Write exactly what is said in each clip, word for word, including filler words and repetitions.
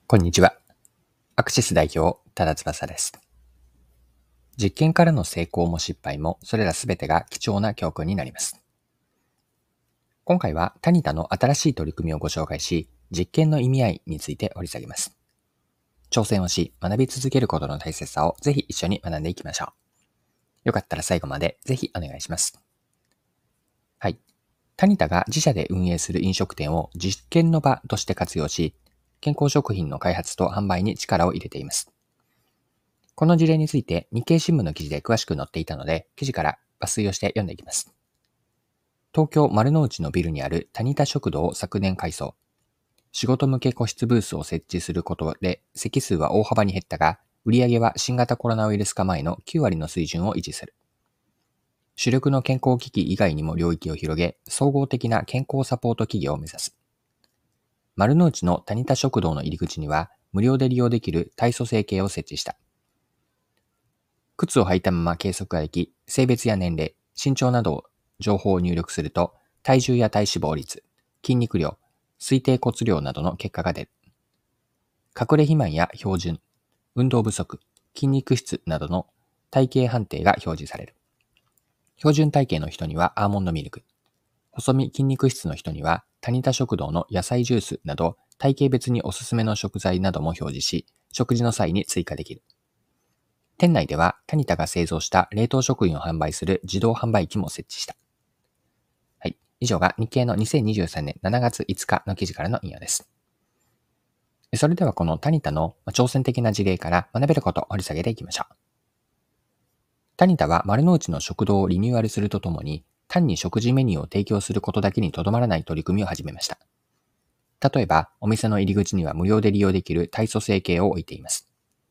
こんにちは。アクシス代表、多田翼です。実験からの成功も失敗も、それらすべてが貴重な教訓になります。今回はタニタの新しい取り組みをご紹介し、実験の意味合いについて掘り下げます。挑戦をし、学び続けることの大切さをぜひ一緒に学んでいきましょう。よかったら最後までぜひお願いします。はい。タニタが自社で運営する飲食店を実験の場として活用し、健康食品の開発と販売に力を入れています。この事例について日経新聞の記事で詳しく載っていたので、記事から抜粋をして読んでいきます。東京丸の内のビルにあるタニタ食堂を昨年改装。仕事向け個室ブースを設置することで席数は大幅に減ったが、売上は新型コロナウイルス化前のきゅう割の水準を維持する。主力の健康機器以外にも領域を広げ、総合的な健康サポート企業を目指す。丸の内のタニタ食堂の入り口には、無料で利用できる体組成計を設置した。靴を履いたまま計測ができ、性別や年齢、身長などを情報を入力すると、体重や体脂肪率、筋肉量、推定骨量などの結果が出る。隠れ肥満や標準、運動不足、筋肉質などの体型判定が表示される。標準体型の人にはアーモンドミルク、細身筋肉質の人にはタニタ食堂の野菜ジュースなど体型別におすすめの食材なども表示し、食事の際に追加できる。店内ではタニタが製造した冷凍食品を販売する自動販売機も設置した。はい。以上が日経のにせんにじゅうさんねんしちがついつかの記事からの引用です。それではこのタニタの挑戦的な事例から学べることを掘り下げていきましょう。タニタは丸の内の食堂をリニューアルするとともに、単に食事メニューを提供することだけにとどまらない取り組みを始めました。例えば、お店の入り口には無料で利用できる体組成計を置いています。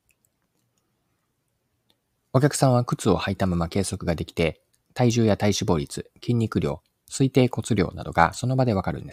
お客さんは靴を履いたまま計測ができて、体重や体脂肪率、筋肉量、推定骨量などがその場でわかるんです。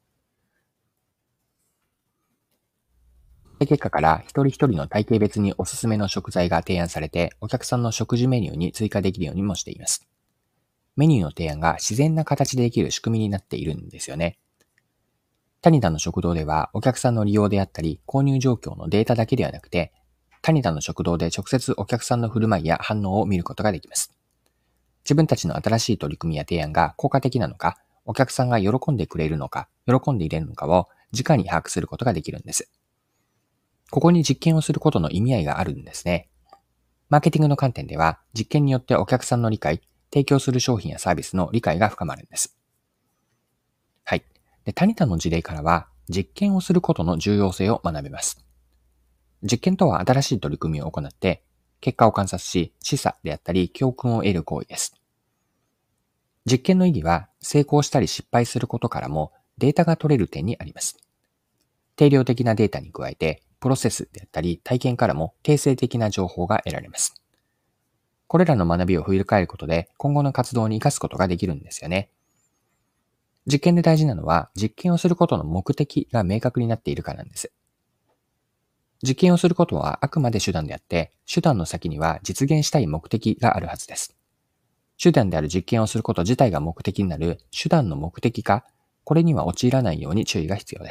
結果から一人一人の体型別におすすめの食材が提案されて、お客さんの食事メニューに追加できるようにもしています。メニューの提案が自然な形でできる仕組みになっているんですよね。タニタの食堂ではお客さんの利用であったり購入状況のデータだけではなくて、タニタの食堂で直接お客さんの振る舞いや反応を見ることができます。自分たちの新しい取り組みや提案が効果的なのか、お客さんが喜んでくれるのか、喜んでいれるのかを直に把握することができるんです。ここに実験をすることの意味合いがあるんですね。マーケティングの観点では、実験によってお客さんの理解、提供する商品やサービスの理解が深まるんです。はい。で、タニタの事例からは、実験をすることの重要性を学べます。実験とは新しい取り組みを行って、結果を観察し、示唆であったり教訓を得る行為です。実験の意義は、成功したり失敗することからもデータが取れる点にあります。定量的なデータに加えて、プロセスであったり体験からも定性的な情報が得られます。これらの学びを振り返ることで、今後の活動に生かすことができるんですよね。実験で大事なのは、実験をすることの目的が明確になっているからなんです。実験をすることはあくまで手段であって、手段の先には実現したい目的があるはずです。手段である実験をすること自体が目的になる手段の目的化、これには陥らないように注意が必要です。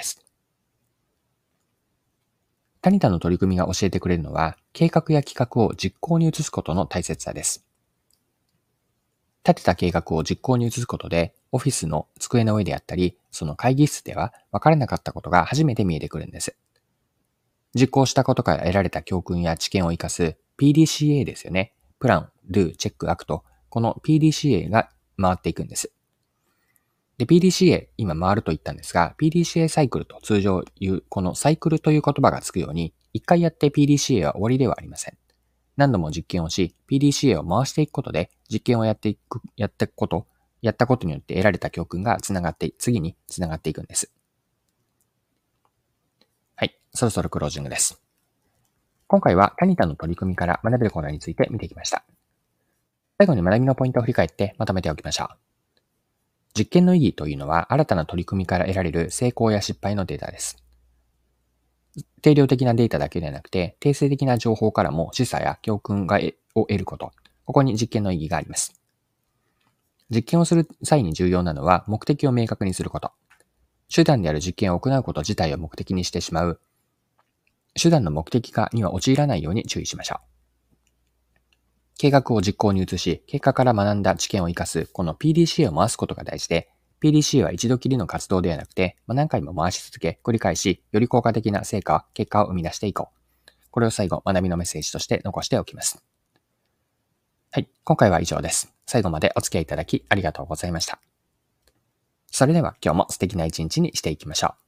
タニタの取り組みが教えてくれるのは、計画や企画を実行に移すことの大切さです。立てた計画を実行に移すことで、オフィスの机の上であったり、その会議室では分からなかったことが初めて見えてくるんです。実行したことから得られた教訓や知見を生かす ピーディーシーエー ですよね。プラン、ドゥ、チェック、アクト。この ピーディーシーエー が回っていくんです。で、ピーディーシーエー、今回ると言ったんですが、ピーディーシーエー サイクルと通常言う、このサイクルという言葉がつくように、一回やって ピーディーシーエー は終わりではありません。何度も実験をし、ピーディーシーエー を回していくことで、実験をやっていく、やっていくこと、やったことによって得られた教訓がつながって、次につながっていくんです。はい、そろそろクロージングです。今回はタニタの取り組みから学べることについて見てきました。最後に学びのポイントを振り返ってまとめておきましょう。実験の意義というのは新たな取り組みから得られる成功や失敗のデータです。定量的なデータだけではなくて、定性的な情報からも示唆や教訓がを得ること。ここに実験の意義があります。実験をする際に重要なのは目的を明確にすること。手段である実験を行うこと自体を目的にしてしまう手段の目的化には陥らないように注意しましょう。計画を実行に移し、結果から学んだ知見を生かす、この ピーディーシーエー を回すことが大事で、ピーディーシーエー は一度きりの活動ではなくて、まあ、何回も回し続け、繰り返し、より効果的な成果、結果を生み出していこう。これを最後、学びのメッセージとして残しておきます。はい、今回は以上です。最後までお付き合いいただきありがとうございました。それでは今日も素敵な一日にしていきましょう。